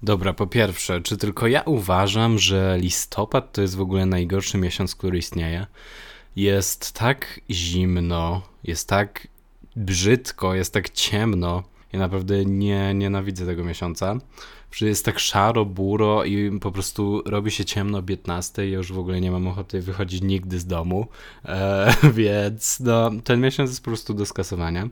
Dobra, po pierwsze, czy tylko ja uważam, że listopad to jest w ogóle najgorszy miesiąc, który istnieje? Jest tak zimno, jest tak brzydko, jest tak ciemno. Ja naprawdę nienawidzę tego miesiąca. Że jest tak szaro, buro i po prostu robi się ciemno o 15. Ja już w ogóle nie mam ochoty wychodzić nigdy z domu. Więc no, ten miesiąc jest po prostu do skasowania.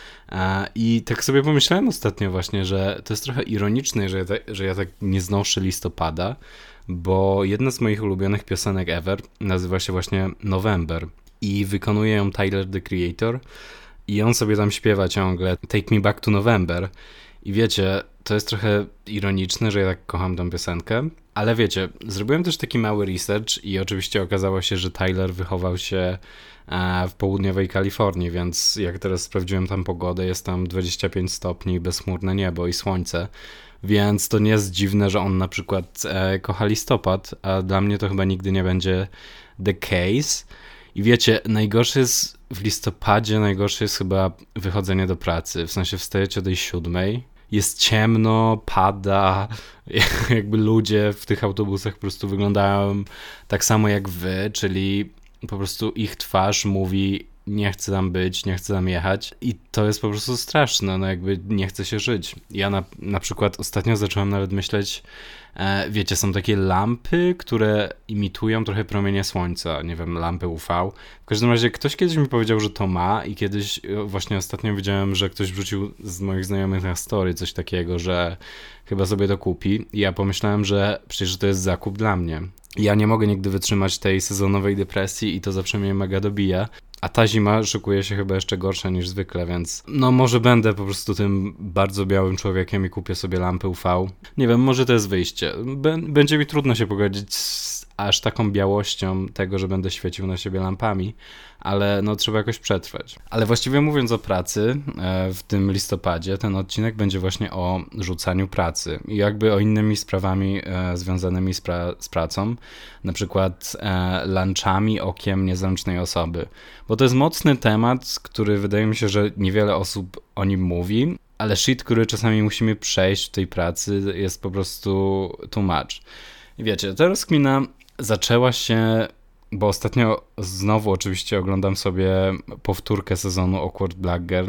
I tak sobie pomyślałem ostatnio właśnie, że to jest trochę ironiczne, że ja tak nie znoszę listopada, bo jedna z moich ulubionych piosenek ever nazywa się właśnie November i wykonuje ją Tyler, the Creator i on sobie tam śpiewa ciągle Take Me Back to November i wiecie, to jest trochę ironiczne, że ja tak kocham tą piosenkę, ale wiecie, zrobiłem też taki mały research i oczywiście okazało się, że Tyler wychował się w południowej Kalifornii, więc jak teraz sprawdziłem tam pogodę, jest tam 25 stopni, bezchmurne niebo i słońce, więc to nie jest dziwne, że on na przykład kocha listopad, a dla mnie to chyba nigdy nie będzie the case. I wiecie, najgorsze jest chyba wychodzenie do pracy, w sensie wstajecie o tej 7:00, jest ciemno, pada, jakby ludzie w tych autobusach po prostu wyglądają tak samo jak wy, czyli po prostu ich twarz mówi nie chcę tam być, nie chcę tam jechać i to jest po prostu straszne, no jakby nie chce się żyć. Ja na przykład ostatnio zacząłem nawet myśleć, wiecie, są takie lampy, które imitują trochę promienie słońca, nie wiem, lampy UV. W każdym razie ktoś kiedyś mi powiedział, że to ma i kiedyś właśnie ostatnio widziałem, że ktoś wrzucił z moich znajomych na story coś takiego, że chyba sobie to kupi i ja pomyślałem, że przecież to jest zakup dla mnie. Ja nie mogę nigdy wytrzymać tej sezonowej depresji i to zawsze mnie mega dobija. A ta zima szykuje się chyba jeszcze gorsza niż zwykle, więc no może będę po prostu tym bardzo białym człowiekiem i kupię sobie lampy UV. Nie wiem, może to jest wyjście. Będzie mi trudno się pogodzić z aż taką białością tego, że będę świecił na siebie lampami, ale no trzeba jakoś przetrwać. Ale właściwie mówiąc o pracy w tym listopadzie, ten odcinek będzie właśnie o rzucaniu pracy i jakby o innymi sprawami związanymi z pracą, na przykład lunchami okiem niezręcznej osoby. Bo to jest mocny temat, który wydaje mi się, że niewiele osób o nim mówi, ale shit, który czasami musimy przejść w tej pracy jest po prostu too much. I wiecie, ta rozkmina zaczęła się, bo ostatnio znowu oczywiście oglądam sobie powtórkę sezonu Awkward Black Girl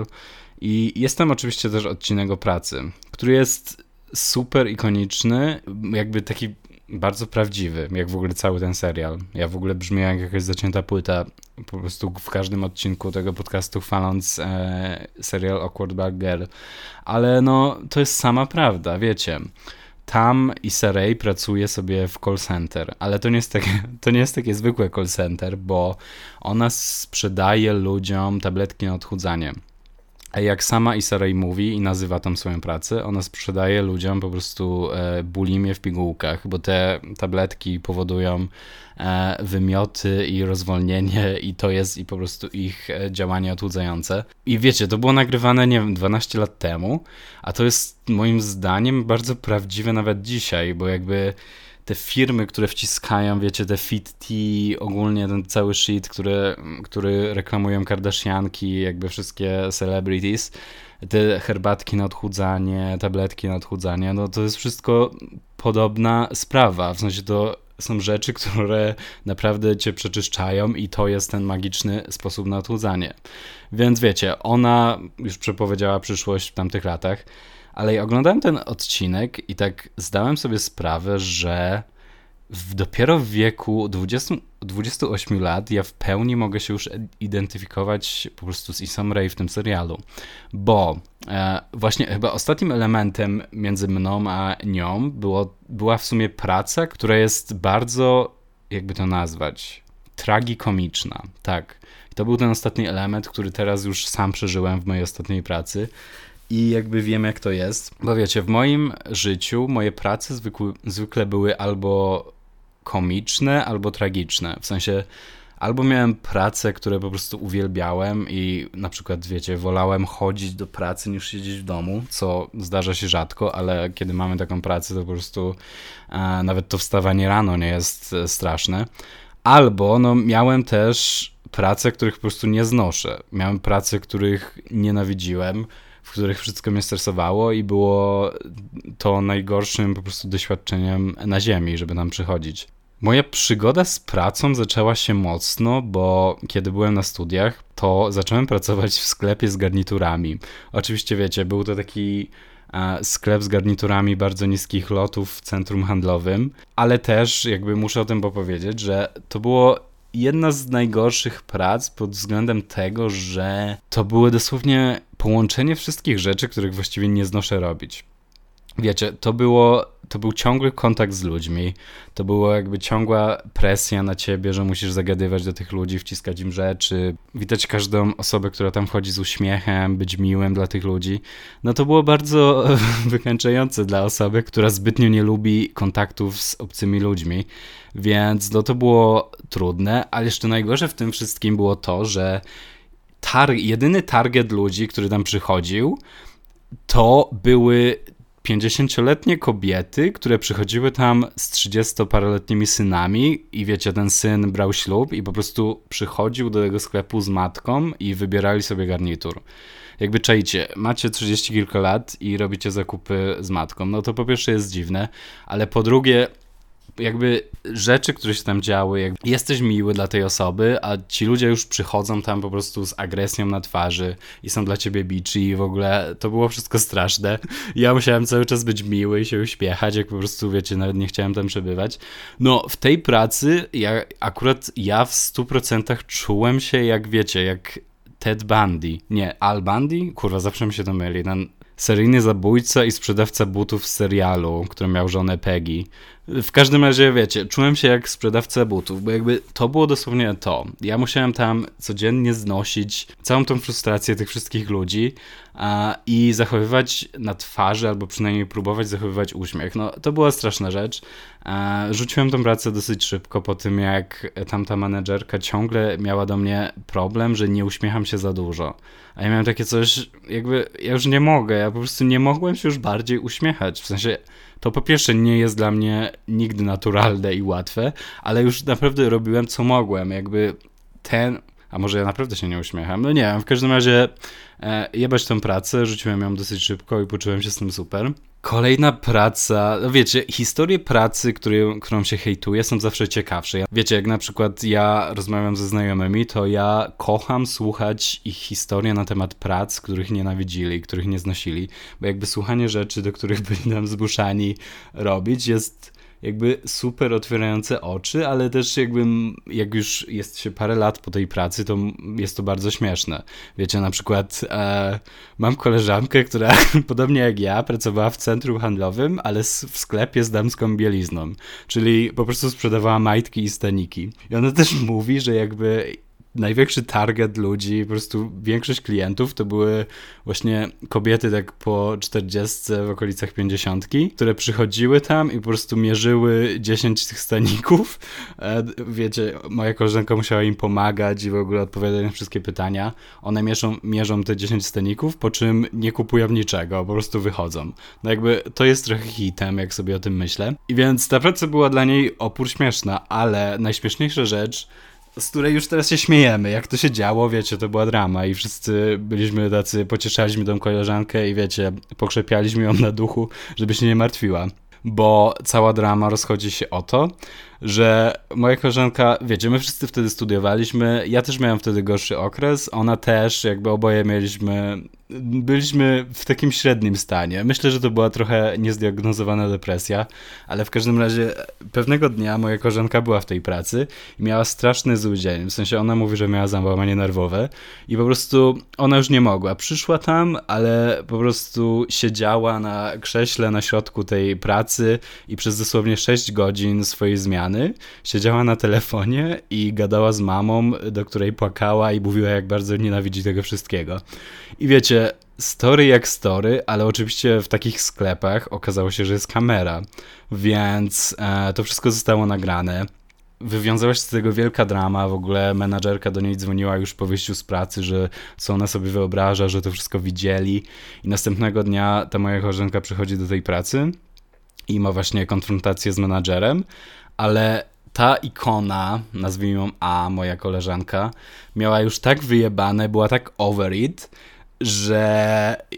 i jest tam oczywiście też odcinek o pracy, który jest super ikoniczny, jakby taki bardzo prawdziwy, jak w ogóle cały ten serial. Ja w ogóle brzmię jak jakaś zacięta płyta, po prostu w każdym odcinku tego podcastu chwaląc serial Awkward Black Girl. Ale no, to jest sama prawda, wiecie. Tam Issa Rae pracuje sobie w call center, ale to nie jest takie zwykłe call center, bo ona sprzedaje ludziom tabletki na odchudzanie. A jak sama Issa Rae mówi i nazywa tam swoją pracę, ona sprzedaje ludziom po prostu bulimię w pigułkach, bo te tabletki powodują wymioty i rozwolnienie i to jest i po prostu ich działanie odchudzające. I wiecie, to było nagrywane, nie wiem, 12 lat temu, a to jest moim zdaniem bardzo prawdziwe nawet dzisiaj, bo jakby te firmy, które wciskają, wiecie, te Fit Tea, ogólnie ten cały shit, który reklamują Kardashianki, jakby wszystkie celebrities, te herbatki na odchudzanie, tabletki na odchudzanie, no to jest wszystko podobna sprawa, w sensie to są rzeczy, które naprawdę cię przeczyszczają i to jest ten magiczny sposób na odchudzanie. Więc wiecie, ona już przepowiedziała przyszłość w tamtych latach, ale ja oglądałem ten odcinek i tak zdałem sobie sprawę, że dopiero w wieku 28 lat ja w pełni mogę się już identyfikować po prostu z Issą Rae w tym serialu, bo właśnie chyba ostatnim elementem między mną a nią była w sumie praca, która jest bardzo, jakby to nazwać, tragikomiczna, tak. I to był ten ostatni element, który teraz już sam przeżyłem w mojej ostatniej pracy. I jakby wiem, jak to jest. Bo wiecie, w moim życiu moje prace zwykle były albo komiczne, albo tragiczne. W sensie albo miałem prace, które po prostu uwielbiałem i na przykład, wiecie, wolałem chodzić do pracy niż siedzieć w domu, co zdarza się rzadko, ale kiedy mamy taką pracę, to po prostu nawet to wstawanie rano nie jest straszne. Albo no, miałem też prace, których po prostu nie znoszę. Miałem prace, których nienawidziłem, w w których wszystko mnie stresowało i było to najgorszym po prostu doświadczeniem na ziemi, żeby tam przychodzić. Moja przygoda z pracą zaczęła się mocno, bo kiedy byłem na studiach, to zacząłem pracować w sklepie z garniturami. Oczywiście wiecie, był to taki sklep z garniturami bardzo niskich lotów w centrum handlowym, ale też jakby muszę o tym powiedzieć, że to było jedna z najgorszych prac pod względem tego, że to było dosłownie połączenie wszystkich rzeczy, których właściwie nie znoszę robić. Wiecie, to był ciągły kontakt z ludźmi, to była jakby ciągła presja na ciebie, że musisz zagadywać do tych ludzi, wciskać im rzeczy, witać każdą osobę, która tam wchodzi z uśmiechem, być miłym dla tych ludzi. No to było bardzo wykańczające dla osoby, która zbytnio nie lubi kontaktów z obcymi ludźmi, więc no to było trudne, ale jeszcze najgorsze w tym wszystkim było to, że jedyny target ludzi, który tam przychodził, to były 50-letnie kobiety, które przychodziły tam z 30-paroletnimi synami i wiecie, ten syn brał ślub i po prostu przychodził do tego sklepu z matką i wybierali sobie garnitur. Jakby czajcie, macie 30 kilka lat i robicie zakupy z matką, no to po pierwsze jest dziwne, ale po drugie jakby rzeczy, które się tam działy, jakby jesteś miły dla tej osoby, a ci ludzie już przychodzą tam po prostu z agresją na twarzy i są dla ciebie biczy i w ogóle to było wszystko straszne. Ja musiałem cały czas być miły i się uśmiechać, jak po prostu, wiecie, nawet nie chciałem tam przebywać. No, w tej pracy ja w 100% czułem się jak, wiecie, jak Ted Bundy. Nie, Al Bundy? Kurwa, zawsze mi się to myli. Ten seryjny zabójca i sprzedawca butów z serialu, który miał żonę Peggy. W każdym razie, wiecie, czułem się jak sprzedawca butów, bo jakby to było dosłownie to. Ja musiałem tam codziennie znosić całą tą frustrację tych wszystkich ludzi i zachowywać na twarzy, albo przynajmniej próbować zachowywać uśmiech. No, to była straszna rzecz. Rzuciłem tą pracę dosyć szybko po tym, jak tamta menedżerka ciągle miała do mnie problem, że nie uśmiecham się za dużo. A ja miałem takie coś, jakby ja już nie mogę, ja po prostu nie mogłem się już bardziej uśmiechać. W sensie to po pierwsze nie jest dla mnie nigdy naturalne i łatwe, ale już naprawdę robiłem co mogłem, jakby a może ja naprawdę się nie uśmiecham, no nie wiem, w każdym razie jebać tą pracę, rzuciłem ją dosyć szybko i poczułem się z tym super. Kolejna praca, no wiecie, historie pracy, którą się hejtuje, są zawsze ciekawsze. Wiecie, jak na przykład ja rozmawiam ze znajomymi, to ja kocham słuchać ich historie na temat prac, których nienawidzili, których nie znosili, bo jakby słuchanie rzeczy, do których byli nam zmuszani robić, jest jakby super otwierające oczy, ale też jakby jak już jest się parę lat po tej pracy, to jest to bardzo śmieszne. Wiecie, na przykład mam koleżankę, która podobnie jak ja pracowała w centrum handlowym, ale w sklepie z damską bielizną, czyli po prostu sprzedawała majtki i staniki. I ona też mówi, że jakby największy target ludzi, po prostu większość klientów to były właśnie kobiety tak po 40 w okolicach 50, które przychodziły tam i po prostu mierzyły 10 tych staników. Wiecie, moja koleżanka musiała im pomagać i w ogóle odpowiadać na wszystkie pytania. One mierzą te 10 staników, po czym nie kupują niczego, po prostu wychodzą. No jakby to jest trochę hitem, jak sobie o tym myślę. I więc ta praca była dla niej opór śmieszna, ale najśmieszniejsza rzecz, z której już teraz się śmiejemy, jak to się działo, wiecie, to była drama i wszyscy byliśmy tacy, pocieszaliśmy tą koleżankę i wiecie, pokrzepialiśmy ją na duchu, żeby się nie martwiła, bo cała drama rozchodzi się o to, że moja koleżanka, wiecie, my wszyscy wtedy studiowaliśmy, ja też miałem wtedy gorszy okres, ona też, jakby oboje byliśmy w takim średnim stanie. Myślę, że to była trochę niezdiagnozowana depresja, ale w każdym razie pewnego dnia moja koleżanka była w tej pracy i miała straszny zły dzień, w sensie ona mówi, że miała załamanie nerwowe i po prostu ona już nie mogła. Przyszła tam, ale po prostu siedziała na krześle na środku tej pracy i przez dosłownie 6 godzin swojej zmiany siedziała na telefonie i gadała z mamą, do której płakała i mówiła, jak bardzo nienawidzi tego wszystkiego. I wiecie, story jak story, ale oczywiście w takich sklepach okazało się, że jest kamera, więc to wszystko zostało nagrane. Wywiązała się z tego wielka drama, w ogóle menadżerka do niej dzwoniła już po wyjściu z pracy, że co ona sobie wyobraża, że to wszystko widzieli i następnego dnia ta moja koleżanka przychodzi do tej pracy i ma właśnie konfrontację z menadżerem, ale ta ikona, nazwijmy ją moja koleżanka, miała już tak wyjebane, była tak over it, że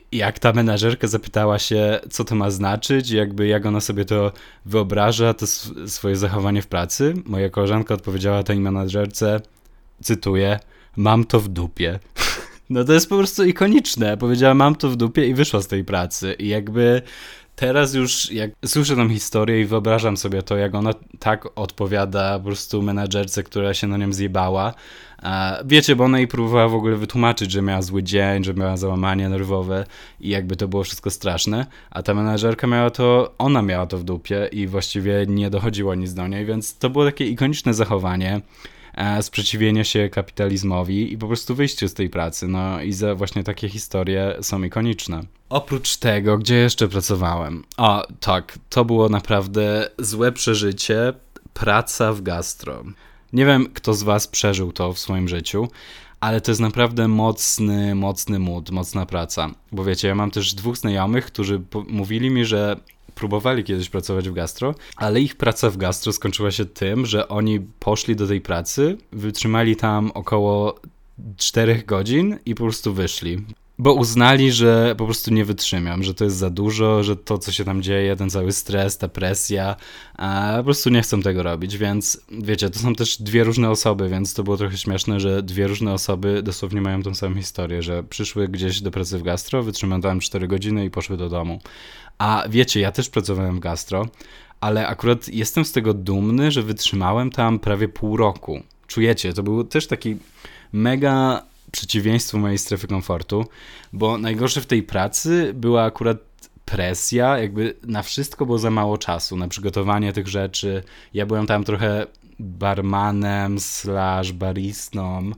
jak ta menadżerka zapytała się, co to ma znaczyć, jakby jak ona sobie to wyobraża, to swoje zachowanie w pracy, moja koleżanka odpowiedziała tej menadżerce, cytuję, mam to w dupie. No to jest po prostu ikoniczne. Powiedziała, mam to w dupie i wyszła z tej pracy. I jakby teraz już, jak słyszę tą historię i wyobrażam sobie to, jak ona tak odpowiada po prostu menadżerce, która się na nią zjebała. Wiecie, bo ona jej próbowała w ogóle wytłumaczyć, że miała zły dzień, że miała załamanie nerwowe i jakby to było wszystko straszne. A ta menadżerka ona miała to w dupie i właściwie nie dochodziło nic do niej, więc to było takie ikoniczne zachowanie. Sprzeciwienie się kapitalizmowi i po prostu wyjście z tej pracy. No i właśnie takie historie są ikoniczne. Oprócz tego, gdzie jeszcze pracowałem? O, tak, to było naprawdę złe przeżycie. Praca w gastro. Nie wiem, kto z was przeżył to w swoim życiu, ale to jest naprawdę mocny mood, mocna praca. Bo wiecie, ja mam też 2 znajomych, którzy mówili mi, że próbowali kiedyś pracować w gastro, ale ich praca w gastro skończyła się tym, że oni poszli do tej pracy, wytrzymali tam około 4 godzin i po prostu wyszli. Bo uznali, że po prostu nie wytrzymiam, że to jest za dużo, że to, co się tam dzieje, ten cały stres, ta presja, po prostu nie chcą tego robić, więc wiecie, to są też 2 różne osoby, więc to było trochę śmieszne, że 2 różne osoby dosłownie mają tą samą historię, że przyszły gdzieś do pracy w gastro, wytrzymały tam 4 godziny i poszły do domu. A wiecie, ja też pracowałem w gastro, ale akurat jestem z tego dumny, że wytrzymałem tam prawie pół roku. Czujecie, to był też taki mega przeciwieństwo mojej strefy komfortu, bo najgorsze w tej pracy była akurat presja, jakby na wszystko było za mało czasu, na przygotowanie tych rzeczy. Ja byłem tam trochę barmanem / baristą,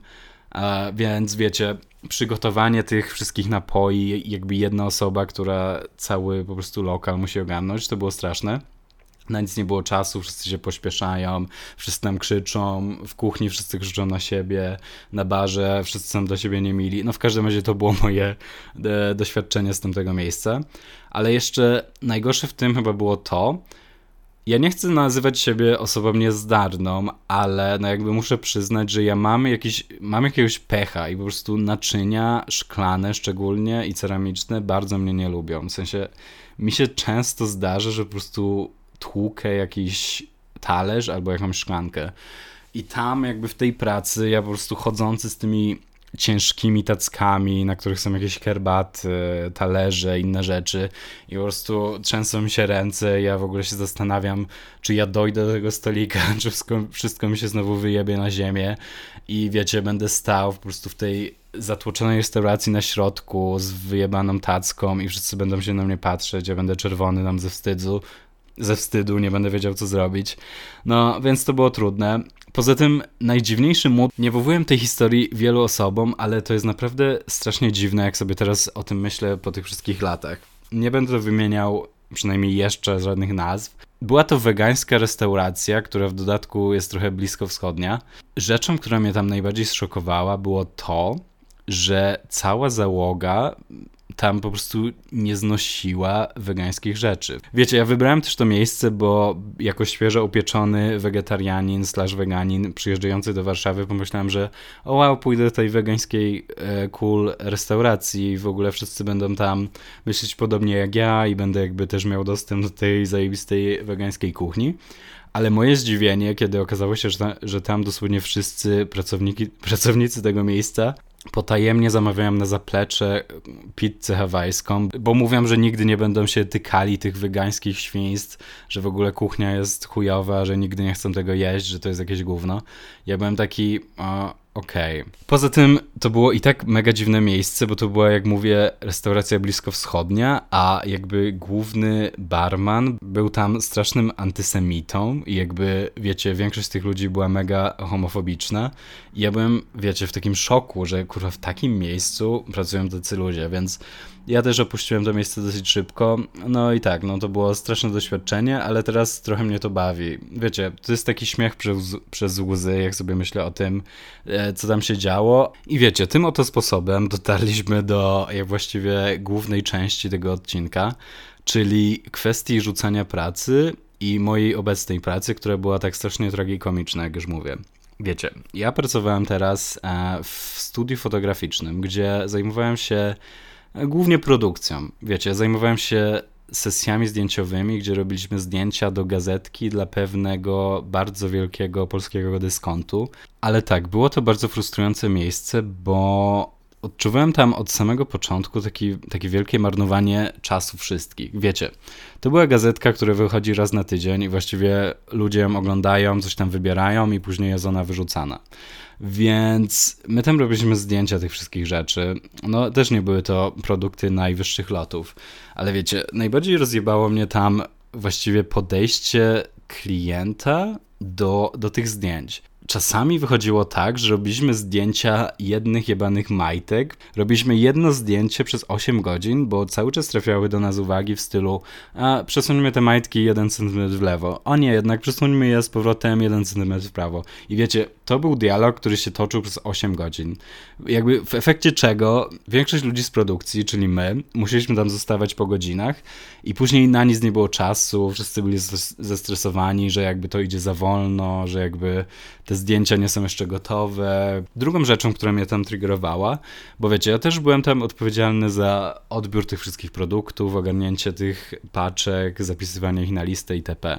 więc wiecie, przygotowanie tych wszystkich napoi, jakby jedna osoba, która cały po prostu lokal musi ogarnąć, to było straszne. Na nic nie było czasu, wszyscy się pośpieszają, wszyscy tam krzyczą, w kuchni wszyscy krzyczą na siebie, na barze wszyscy są do siebie niemili. No w każdym razie to było moje doświadczenie z tamtego miejsca. Ale jeszcze najgorsze w tym chyba było to, ja nie chcę nazywać siebie osobą niezdarną, ale no jakby muszę przyznać, że ja mam jakiegoś pecha i po prostu naczynia szklane szczególnie i ceramiczne bardzo mnie nie lubią. W sensie mi się często zdarza, że po prostu tłukę jakiś talerz albo jakąś szklankę. I tam jakby w tej pracy ja po prostu chodzący z tymi ciężkimi tackami, na których są jakieś herbaty, talerze, inne rzeczy i po prostu trzęsą mi się ręce, ja w ogóle się zastanawiam, czy ja dojdę do tego stolika, czy wszystko mi się znowu wyjebie na ziemię i wiecie, będę stał po prostu w tej zatłoczonej restauracji na środku z wyjebaną tacką i wszyscy będą się na mnie patrzeć, ja będę czerwony tam ze wstydu, nie będę wiedział, co zrobić. No, więc to było trudne. Poza tym najdziwniejszy mood, nie wywołuję tej historii wielu osobom, ale to jest naprawdę strasznie dziwne, jak sobie teraz o tym myślę po tych wszystkich latach. Nie będę wymieniał przynajmniej jeszcze żadnych nazw. Była to wegańska restauracja, która w dodatku jest trochę bliskowschodnia. Rzeczą, która mnie tam najbardziej zszokowała, było to, że cała załoga tam po prostu nie znosiła wegańskich rzeczy. Wiecie, ja wybrałem też to miejsce, bo jako świeżo upieczony wegetarianin / weganin przyjeżdżający do Warszawy pomyślałem, że o wow, pójdę do tej wegańskiej cool restauracji i w ogóle wszyscy będą tam myśleć podobnie jak ja i będę jakby też miał dostęp do tej zajebistej wegańskiej kuchni. Ale moje zdziwienie, kiedy okazało się, że tam dosłownie wszyscy pracownicy tego miejsca potajemnie zamawiają na zaplecze pizzę hawajską, bo mówią, że nigdy nie będą się tykali tych wegańskich świństw, że w ogóle kuchnia jest chujowa, że nigdy nie chcą tego jeść, że to jest jakieś gówno. Ja byłem taki, okej. Poza tym to było i tak mega dziwne miejsce, bo to była, jak mówię, restauracja bliskowschodnia, a jakby główny barman był tam strasznym antysemitą i jakby, wiecie, większość z tych ludzi była mega homofobiczna i ja byłem, wiecie, w takim szoku, że kurwa w takim miejscu pracują tacy ludzie, więc ja też opuściłem to miejsce dosyć szybko, no i tak, no to było straszne doświadczenie, ale teraz trochę mnie to bawi. Wiecie, to jest taki śmiech przez łzy, jak sobie myślę o tym, co tam się działo. I wiecie, tym oto sposobem dotarliśmy do właściwie głównej części tego odcinka, czyli kwestii rzucania pracy i mojej obecnej pracy, która była tak strasznie tragikomiczna, jak już mówię. Wiecie, ja pracowałem teraz w studiu fotograficznym, gdzie zajmowałem się głównie produkcją. Wiecie, zajmowałem się sesjami zdjęciowymi, gdzie robiliśmy zdjęcia do gazetki dla pewnego bardzo wielkiego polskiego dyskontu. Ale tak, było to bardzo frustrujące miejsce, bo odczuwałem tam od samego początku takie wielkie marnowanie czasu wszystkich. Wiecie, to była gazetka, która wychodzi raz na tydzień i właściwie ludzie ją oglądają, coś tam wybierają i później jest ona wyrzucana. Więc my tam robiliśmy zdjęcia tych wszystkich rzeczy. No też nie były to produkty najwyższych lotów, ale wiecie, najbardziej rozjebało mnie tam właściwie podejście klienta do tych zdjęć. Czasami wychodziło tak, że robiliśmy zdjęcia jednych jebanych majtek. Robiliśmy jedno zdjęcie przez 8 godzin, bo cały czas trafiały do nas uwagi w stylu przesuńmy te majtki 1 cm w lewo. O nie, jednak przesuńmy je z powrotem 1 cm w prawo. I wiecie, to był dialog, który się toczył przez 8 godzin. Jakby w efekcie czego większość ludzi z produkcji, czyli my, musieliśmy tam zostawać po godzinach i później na nic nie było czasu, wszyscy byli zestresowani, że jakby to idzie za wolno, że jakby te zdjęcia nie są jeszcze gotowe. Drugą rzeczą, która mnie tam triggerowała, bo wiecie, ja też byłem tam odpowiedzialny za odbiór tych wszystkich produktów, ogarnięcie tych paczek, zapisywanie ich na listę itp.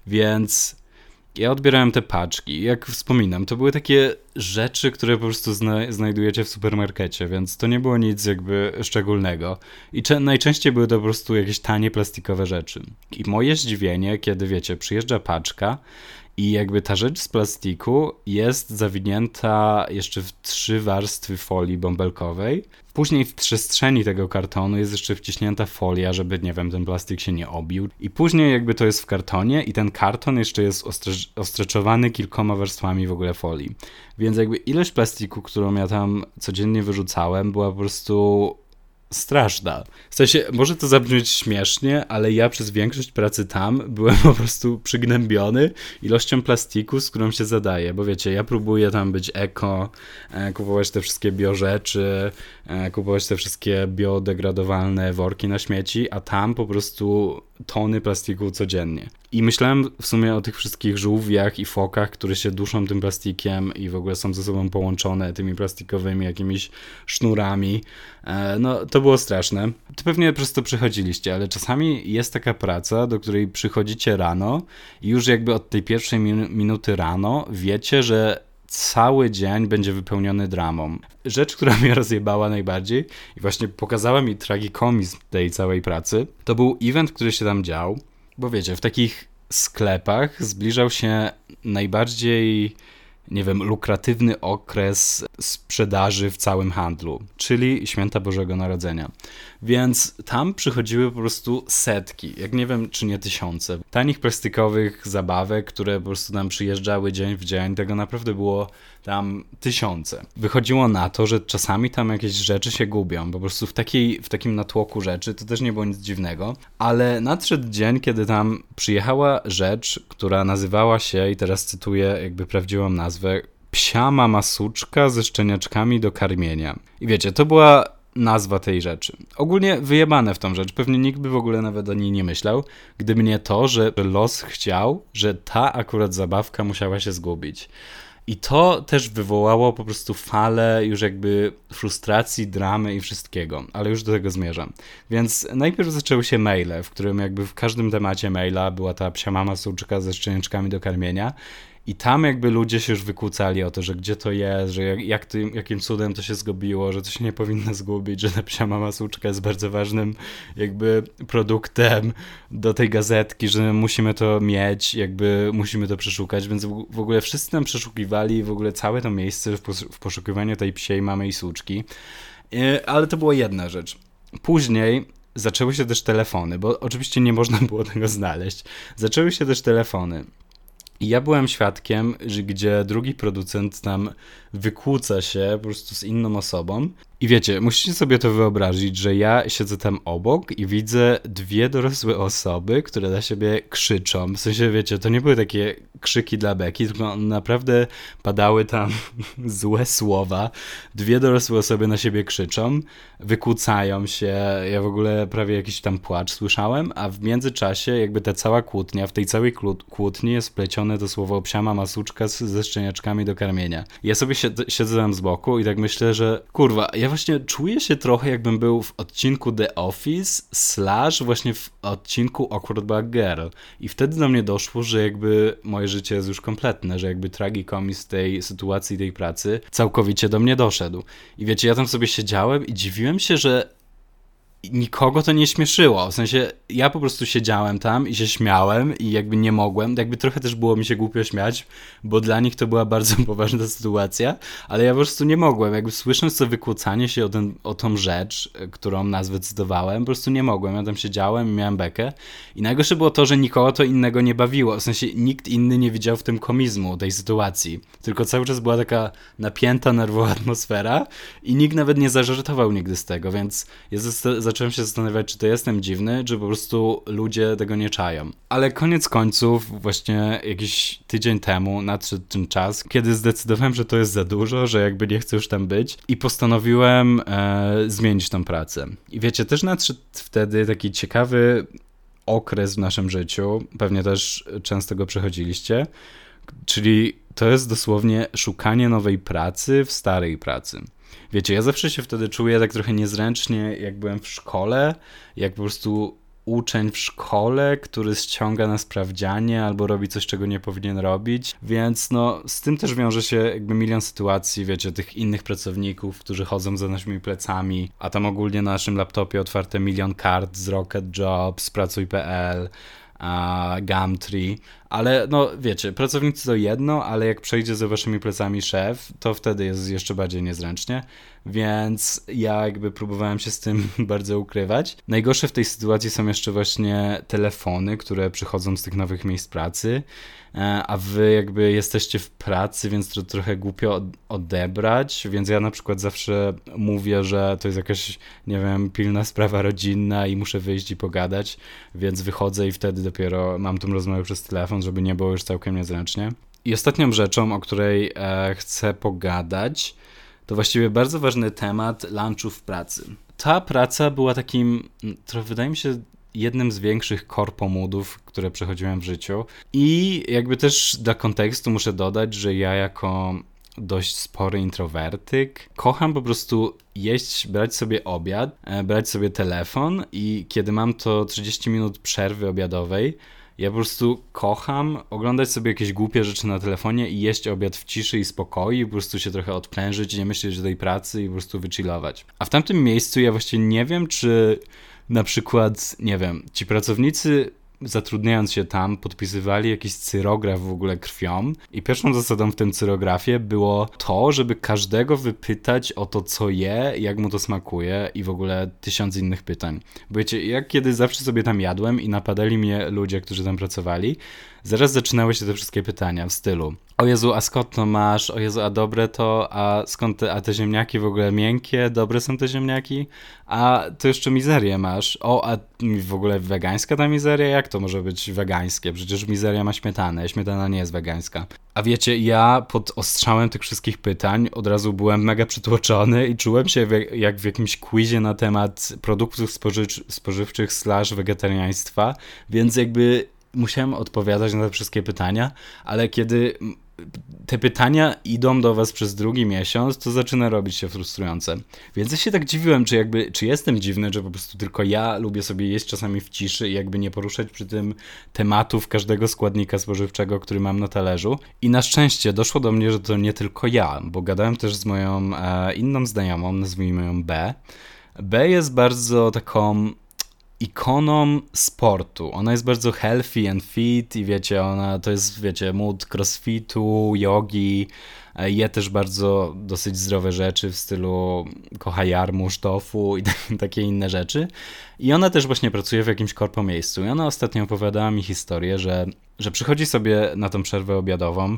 Więc ja odbierałem te paczki. Jak wspominam, to były takie rzeczy, które po prostu znajdujecie w supermarkecie, więc to nie było nic jakby szczególnego. I najczęściej były to po prostu jakieś tanie plastikowe rzeczy. I moje zdziwienie, kiedy wiecie, przyjeżdża paczka i jakby ta rzecz z plastiku jest zawinięta jeszcze w 3 warstwy folii bąbelkowej. Później w przestrzeni tego kartonu jest jeszcze wciśnięta folia, żeby, nie wiem, ten plastik się nie obił. I później jakby to jest w kartonie i ten karton jeszcze jest ostreczowany kilkoma warstwami w ogóle folii. Więc jakby ilość plastiku, którą ja tam codziennie wyrzucałem, była po prostu straszna. W sensie, może to zabrzmieć śmiesznie, ale ja przez większość pracy tam byłem po prostu przygnębiony ilością plastiku, z którą się zadaję, bo wiecie, ja próbuję tam być eko, kupować te wszystkie biorzeczy, kupować te wszystkie biodegradowalne worki na śmieci, a tam po prostu tony plastiku codziennie. I myślałem w sumie o tych wszystkich żółwiach i fokach, które się duszą tym plastikiem i w ogóle są ze sobą połączone tymi plastikowymi jakimiś sznurami. No, to było straszne. To pewnie przez to przechodziliście, ale czasami jest taka praca, do której przychodzicie rano i już jakby od tej pierwszej minuty rano wiecie, że cały dzień będzie wypełniony dramą. Rzecz, która mnie rozjebała najbardziej i właśnie pokazała mi tragikomizm tej całej pracy, to był event, który się tam dział, bo wiecie, w takich sklepach zbliżał się najbardziej, nie wiem, lukratywny okres sprzedaży w całym handlu, czyli Święta Bożego Narodzenia. Więc tam przychodziły po prostu setki, jak nie wiem, czy nie tysiące, tanich plastikowych zabawek, które po prostu tam przyjeżdżały dzień w dzień. Tego naprawdę było tam tysiące. Wychodziło na to, że czasami tam jakieś rzeczy się gubią, po prostu w takim natłoku rzeczy, to też nie było nic dziwnego, ale nadszedł dzień, kiedy tam przyjechała rzecz, która nazywała się, i teraz cytuję jakby prawdziwą nazwę, Psia mama suczka ze szczeniaczkami do karmienia. I wiecie, to była nazwa tej rzeczy. Ogólnie wyjebane w tą rzecz. Pewnie nikt by w ogóle nawet o niej nie myślał, gdyby nie to, że los chciał, że ta akurat zabawka musiała się zgubić. I to też wywołało po prostu falę już jakby frustracji, dramy i wszystkiego, ale już do tego zmierzam. Więc najpierw zaczęły się maile, w którym jakby w każdym temacie maila była ta psia mama suczka ze szczeniaczkami do karmienia. I tam jakby ludzie się już wykłócali o to, że gdzie to jest, że jakim cudem to się zgubiło, że to się nie powinno zgubić, że ta psia mama suczka jest bardzo ważnym jakby produktem do tej gazetki, że musimy to mieć, jakby musimy to przeszukać, więc w ogóle wszyscy tam przeszukiwali w ogóle całe to miejsce w poszukiwaniu tej psiej mamy i suczki. Ale to była jedna rzecz. Później zaczęły się też telefony, bo oczywiście nie można było tego znaleźć. Zaczęły się też telefony. I ja byłem świadkiem, gdzie drugi producent tam wykłóca się po prostu z inną osobą. I wiecie, musicie sobie to wyobrazić, że ja siedzę tam obok i widzę 2 dorosłe osoby, które na siebie krzyczą. W sensie, wiecie, to nie były takie krzyki dla beki, tylko naprawdę padały tam złe słowa. 2 dorosłe osoby na siebie krzyczą, wykłócają się. Ja w ogóle prawie jakiś tam płacz słyszałem, a w międzyczasie jakby ta cała kłótnia, w tej całej kłótni jest wplecione to słowo psia mama suczka ze szczeniaczkami do karmienia. Ja sobie siedzę tam z boku i tak myślę, że kurwa, ja ja właśnie czuję się trochę, jakbym był w odcinku The Office / właśnie w odcinku Awkward Black Girl. I wtedy do mnie doszło, że jakby moje życie jest już kompletne, że jakby tragikomics tej sytuacji, tej pracy całkowicie do mnie doszedł. I wiecie, ja tam sobie siedziałem i dziwiłem się, że nikogo to nie śmieszyło, w sensie ja po prostu siedziałem tam i się śmiałem i jakby nie mogłem, jakby trochę też było mi się głupio śmiać, bo dla nich to była bardzo poważna sytuacja, ale ja po prostu nie mogłem, jakby słysząc to wykłócanie się o tą rzecz, którą nazwę cytowałem, po prostu nie mogłem, ja tam siedziałem i miałem bekę i najgorsze było to, że nikogo to innego nie bawiło, w sensie nikt inny nie widział w tym komizmu, tej sytuacji, tylko cały czas była taka napięta, nerwowa atmosfera i nikt nawet nie zażartował nigdy z tego, więc ja zacząłem się zastanawiać, czy to jestem dziwny, czy po prostu ludzie tego nie czają. Ale koniec końców, właśnie jakiś tydzień temu nadszedł ten czas, kiedy zdecydowałem, że to jest za dużo, że jakby nie chcę już tam być i postanowiłem zmienić tą pracę. I wiecie, też nadszedł wtedy taki ciekawy okres w naszym życiu, pewnie też często go przechodziliście, czyli to jest dosłownie szukanie nowej pracy w starej pracy. Wiecie, ja zawsze się wtedy czuję tak trochę niezręcznie, jak byłem w szkole, jak po prostu uczeń w szkole, który ściąga na sprawdzianie albo robi coś, czego nie powinien robić, więc no z tym też wiąże się jakby milion sytuacji, wiecie, tych innych pracowników, którzy chodzą za naszymi plecami, a tam ogólnie na naszym laptopie otwarte milion kart z Rocket Jobs, Pracuj.pl, Gumtree, ale no wiecie, pracownicy to jedno, ale jak przejdzie za waszymi plecami szef, to wtedy jest jeszcze bardziej niezręcznie, więc ja jakby próbowałem się z tym bardzo ukrywać. Najgorsze w tej sytuacji są jeszcze właśnie telefony, które przychodzą z tych nowych miejsc pracy, a wy jakby jesteście w pracy, więc to trochę głupio odebrać, więc ja na przykład zawsze mówię, że to jest jakaś, nie wiem, pilna sprawa rodzinna i muszę wyjść i pogadać, więc wychodzę i wtedy dopiero mam tą rozmowę przez telefon, żeby nie było już całkiem niezręcznie. I ostatnią rzeczą, o której chcę pogadać, to właściwie bardzo ważny temat lunchu w pracy. Ta praca była takim, trochę wydaje mi się, jednym z większych korpomudów, które przechodziłem w życiu. I jakby też dla kontekstu muszę dodać, że ja jako dość spory introwertyk kocham po prostu jeść, brać sobie obiad, brać sobie telefon i kiedy mam to 30 minut przerwy obiadowej, ja po prostu kocham oglądać sobie jakieś głupie rzeczy na telefonie i jeść obiad w ciszy i spokoju, po prostu się trochę odprężyć, nie myśleć o tej pracy i po prostu wychillować. A w tamtym miejscu ja właściwie nie wiem, czy na przykład, nie wiem, ci pracownicy zatrudniając się tam podpisywali jakiś cyrograf w ogóle krwią i pierwszą zasadą w tym cyrografie było to, żeby każdego wypytać o to, co je, jak mu to smakuje i w ogóle 1000 innych pytań. Bo wiecie, jak kiedy zawsze sobie tam jadłem i napadali mnie ludzie, którzy tam pracowali, zaraz zaczynały się te wszystkie pytania w stylu: o Jezu, a skąd to masz? O Jezu, a dobre to? A skąd a te ziemniaki w ogóle miękkie? Dobre są te ziemniaki? A to jeszcze mizerię masz? O, a w ogóle wegańska ta mizeria? Jak to może być wegańskie? Przecież mizeria ma śmietanę, śmietana nie jest wegańska. A wiecie, ja pod ostrzałem tych wszystkich pytań od razu byłem mega przytłoczony i czułem się jak w jakimś quizie na temat produktów spożywczych / wegetariaństwa, więc jakby musiałem odpowiadać na te wszystkie pytania, ale kiedy te pytania idą do was przez drugi miesiąc, to zaczyna robić się frustrujące. Więc ja się tak dziwiłem, czy jestem dziwny, że po prostu tylko ja lubię sobie jeść czasami w ciszy i jakby nie poruszać przy tym tematów każdego składnika spożywczego, który mam na talerzu. I na szczęście doszło do mnie, że to nie tylko ja, bo gadałem też z moją inną znajomą, nazwijmy ją B. B jest bardzo taką ikoną sportu. Ona jest bardzo healthy and fit i wiecie, ona to jest, wiecie, mood crossfitu, jogi, je też bardzo dosyć zdrowe rzeczy w stylu kocha jarmuż, tofu i takie inne rzeczy. I ona też właśnie pracuje w jakimś korpo miejscu. I ona ostatnio opowiadała mi historię, że przychodzi sobie na tą przerwę obiadową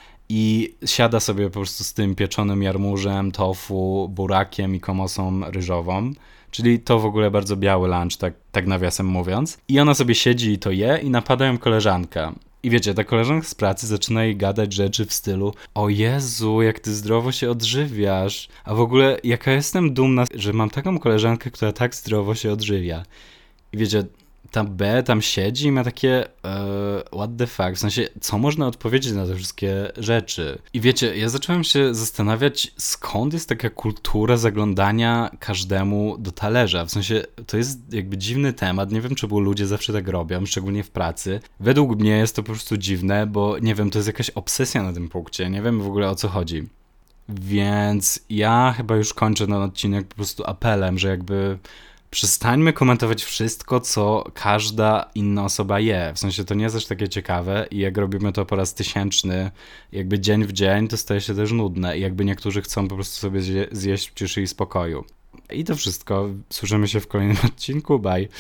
i siada sobie po prostu z tym pieczonym jarmużem, tofu, burakiem i komosą ryżową. Czyli to w ogóle bardzo biały lunch, tak nawiasem mówiąc. I ona sobie siedzi i to je i napada ją koleżanka. I wiecie, ta koleżanka z pracy zaczyna jej gadać rzeczy w stylu: o Jezu, jak ty zdrowo się odżywiasz. A w ogóle jaka jestem dumna, że mam taką koleżankę, która tak zdrowo się odżywia. I wiecie, ta B tam siedzi i ma takie what the fuck, w sensie, co można odpowiedzieć na te wszystkie rzeczy. I wiecie, ja zacząłem się zastanawiać, skąd jest taka kultura zaglądania każdemu do talerza. W sensie, to jest jakby dziwny temat, nie wiem, czemu ludzie zawsze tak robią, szczególnie w pracy. Według mnie jest to po prostu dziwne, bo nie wiem, to jest jakaś obsesja na tym punkcie, nie wiem w ogóle o co chodzi. Więc ja chyba już kończę ten odcinek po prostu apelem, że jakby przestańmy komentować wszystko, co każda inna osoba je. W sensie to nie jest aż takie ciekawe i jak robimy to po raz tysięczny, jakby dzień w dzień, to staje się też nudne i jakby niektórzy chcą po prostu sobie zjeść w ciszy i spokoju. I to wszystko. Słyszymy się w kolejnym odcinku. Bye.